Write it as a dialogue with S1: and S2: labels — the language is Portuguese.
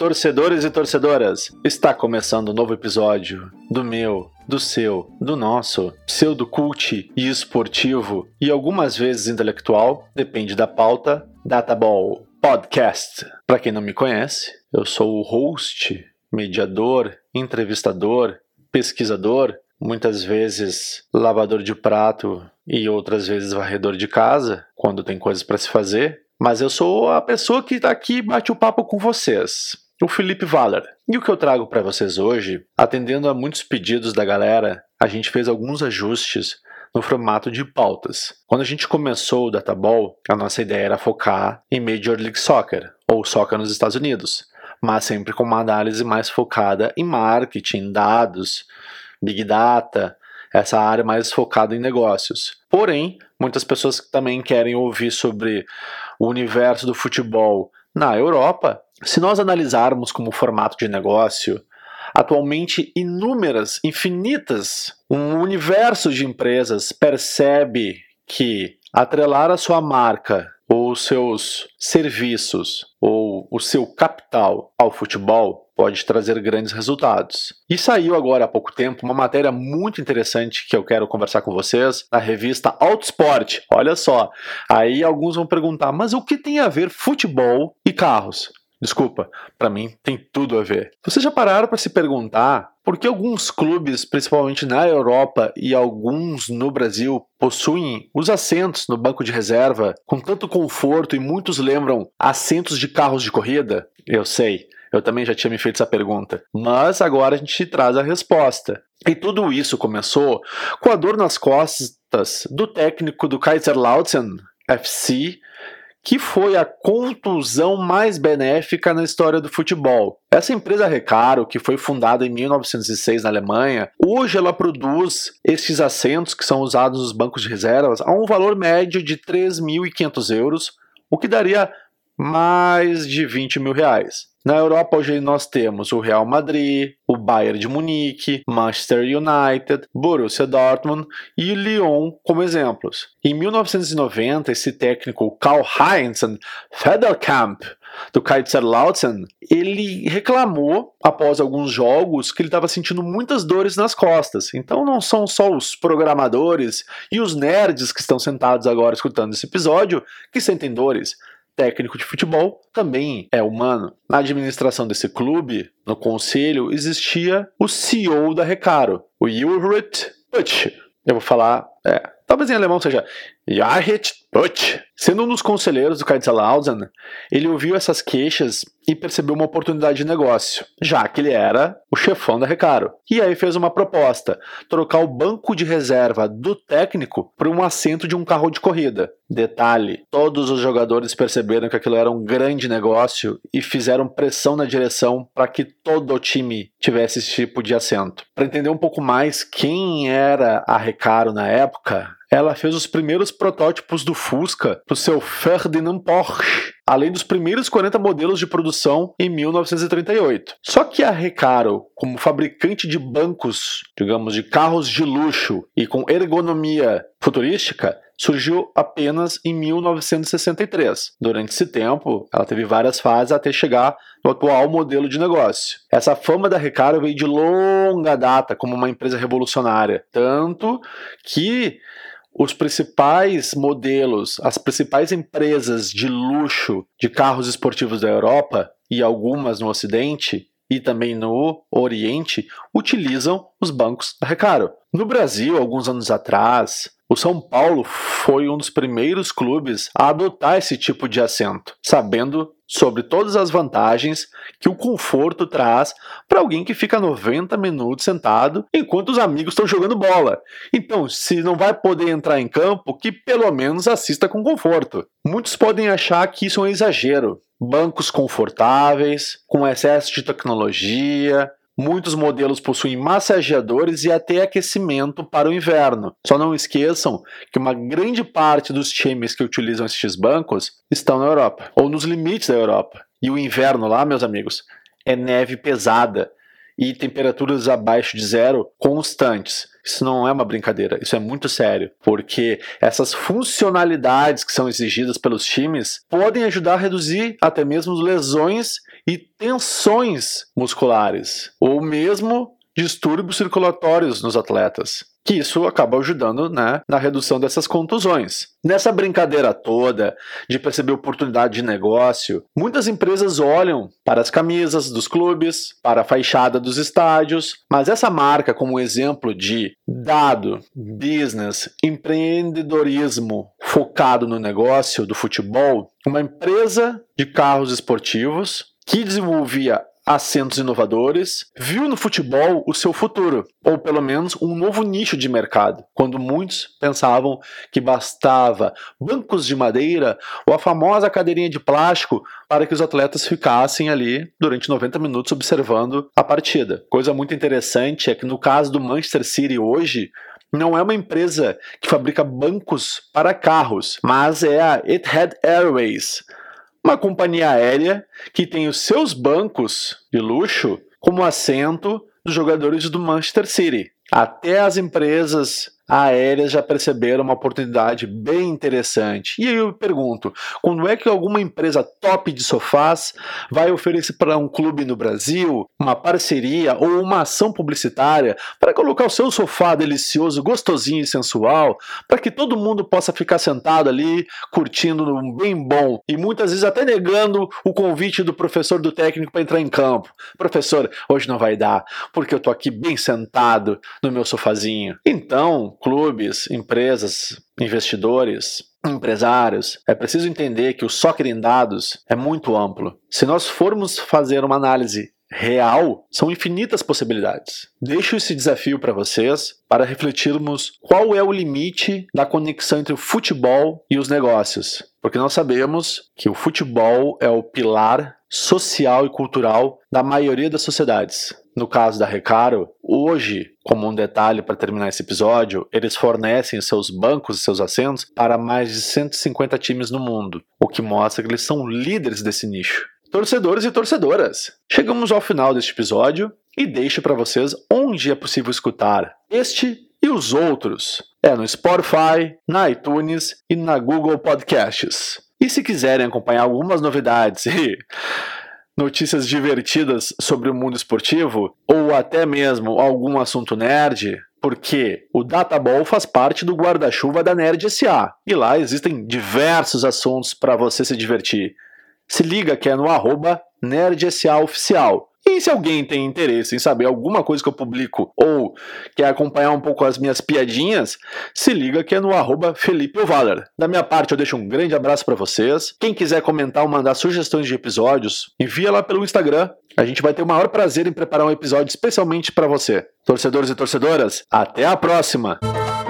S1: torcedores e torcedoras, está começando um novo episódio do meu, do seu, do nosso pseudo-cult e esportivo e algumas vezes intelectual, depende da pauta, Databall Podcast. Para quem não me conhece, eu sou o host, mediador, entrevistador, pesquisador, muitas vezes lavador de prato e outras vezes varredor de casa, quando tem coisas para se fazer. Mas eu sou a pessoa que está aqui e bate o papo com vocês, o Felipe Valer. E o que eu trago para vocês hoje, atendendo a muitos pedidos da galera, a gente fez alguns ajustes no formato de pautas. Quando a gente começou o Databall, a nossa ideia era focar em Major League Soccer, ou soccer nos Estados Unidos, mas sempre com uma análise mais focada em marketing, dados, Big Data, essa área mais focada em negócios. Porém, muitas pessoas também querem ouvir sobre o universo do futebol na Europa. Se nós analisarmos como formato de negócio, atualmente infinitas, um universo de empresas percebe que atrelar a sua marca ou os seus serviços ou o seu capital ao futebol pode trazer grandes resultados. E saiu agora há pouco tempo uma matéria muito interessante que eu quero conversar com vocês na revista Autosport. Olha só, aí alguns vão perguntar, mas o que tem a ver futebol e carros? Desculpa, para mim tem tudo a ver. Vocês já pararam para se perguntar por que alguns clubes, principalmente na Europa e alguns no Brasil, possuem os assentos no banco de reserva com tanto conforto e muitos lembram assentos de carros de corrida? Eu sei, eu também já tinha me feito essa pergunta, mas agora a gente traz a resposta. E tudo isso começou com a dor nas costas do técnico do Kaiserslautern FC, que foi a contusão mais benéfica na história do futebol. Essa empresa Recaro, que foi fundada em 1906 na Alemanha, hoje ela produz esses assentos que são usados nos bancos de reservas a um valor médio de 3.500 euros, o que daria mais de 20 mil reais. Na Europa hoje nós temos o Real Madrid, o Bayern de Munique, Manchester United, Borussia Dortmund e Lyon como exemplos. Em 1990, esse técnico Karl-Heinz Federkamp, do Kaiserslautern, ele reclamou após alguns jogos que ele estava sentindo muitas dores nas costas. Então não são só os programadores e os nerds que estão sentados agora escutando esse episódio que sentem dores. Técnico de futebol também é humano. Na administração desse clube, no conselho, existia o CEO da Recaro, o Ulrich Putsch. Eu vou falar, talvez em alemão seja Ulrich Putsch. Sendo um dos conselheiros do Kaiserslautern, ele ouviu essas queixas e percebeu uma oportunidade de negócio, já que ele era o chefão da Recaro. E aí fez uma proposta, trocar o banco de reserva do técnico por um assento de um carro de corrida. Detalhe, todos os jogadores perceberam que aquilo era um grande negócio e fizeram pressão na direção para que todo o time tivesse esse tipo de assento. Para entender um pouco mais quem era a Recaro na época, ela fez os primeiros protótipos do Fusca para o seu Ferdinand Porsche, além dos primeiros 40 modelos de produção em 1938. Só que a Recaro, como fabricante de bancos, digamos, de carros de luxo e com ergonomia futurística, surgiu apenas em 1963. Durante esse tempo, ela teve várias fases até chegar no atual modelo de negócio. Essa fama da Recaro veio de longa data como uma empresa revolucionária, tanto que os principais modelos, as principais empresas de luxo de carros esportivos da Europa e algumas no Ocidente e também no Oriente utilizam os bancos da Recaro. No Brasil, alguns anos atrás, o São Paulo foi um dos primeiros clubes a adotar esse tipo de assento, sabendo sobre todas as vantagens que o conforto traz para alguém que fica 90 minutos sentado enquanto os amigos estão jogando bola. Então, se não vai poder entrar em campo, que pelo menos assista com conforto. Muitos podem achar que isso é um exagero. Bancos confortáveis, com excesso de tecnologia. Muitos modelos possuem massageadores e até aquecimento para o inverno. Só não esqueçam que uma grande parte dos times que utilizam estes bancos estão na Europa, ou nos limites da Europa. E o inverno lá, meus amigos, é neve pesada. e temperaturas abaixo de zero constantes. Isso não é uma brincadeira, isso é muito sério, porque essas funcionalidades que são exigidas pelos times podem ajudar a reduzir até mesmo lesões e tensões musculares, ou mesmo distúrbios circulatórios nos atletas, que isso acaba ajudando, na redução dessas contusões. Nessa brincadeira toda de perceber oportunidade de negócio, muitas empresas olham para as camisas dos clubes, para a fachada dos estádios, mas essa marca como exemplo de dado, business, empreendedorismo focado no negócio do futebol, uma empresa de carros esportivos que desenvolvia assentos inovadores, viu no futebol o seu futuro, ou pelo menos um novo nicho de mercado, quando muitos pensavam que bastava bancos de madeira ou a famosa cadeirinha de plástico para que os atletas ficassem ali durante 90 minutos observando a partida. Coisa muito interessante é que no caso do Manchester City hoje, não é uma empresa que fabrica bancos para carros, mas é a Etihad Airways, uma companhia aérea que tem os seus bancos de luxo como assento dos jogadores do Manchester City. Até as empresas aéreas já perceberam uma oportunidade bem interessante. E aí eu pergunto, quando é que alguma empresa top de sofás vai oferecer para um clube no Brasil uma parceria ou uma ação publicitária para colocar o seu sofá delicioso, gostosinho e sensual, para que todo mundo possa ficar sentado ali, curtindo um bem bom e muitas vezes até negando o convite do professor do técnico para entrar em campo. Professor, hoje não vai dar, porque eu tô aqui bem sentado no meu sofazinho. Então, clubes, empresas, investidores, empresários, é preciso entender que o soccer em dados é muito amplo. Se nós formos fazer uma análise real, são infinitas possibilidades. Deixo esse desafio para vocês para refletirmos qual é o limite da conexão entre o futebol e os negócios. Porque nós sabemos que o futebol é o pilar social e cultural da maioria das sociedades. No caso da Recaro, hoje, como um detalhe para terminar esse episódio, eles fornecem seus bancos e seus assentos para mais de 150 times no mundo, o que mostra que eles são líderes desse nicho. Torcedores e torcedoras, chegamos ao final deste episódio e deixo para vocês onde é possível escutar este e os outros. É no Spotify, na iTunes e na Google Podcasts. E se quiserem acompanhar algumas novidades e notícias divertidas sobre o mundo esportivo, ou até mesmo algum assunto nerd, porque o Databall faz parte do guarda-chuva da Nerd S.A. E lá existem diversos assuntos para você se divertir. Se liga que é no @NerdSAOficial. E se alguém tem interesse em saber alguma coisa que eu publico ou quer acompanhar um pouco as minhas piadinhas, se liga que é no @FelipeOvaller. Da minha parte, eu deixo um grande abraço para vocês. Quem quiser comentar ou mandar sugestões de episódios, envia lá pelo Instagram. A gente vai ter o maior prazer em preparar um episódio especialmente para você. Torcedores e torcedoras, até a próxima!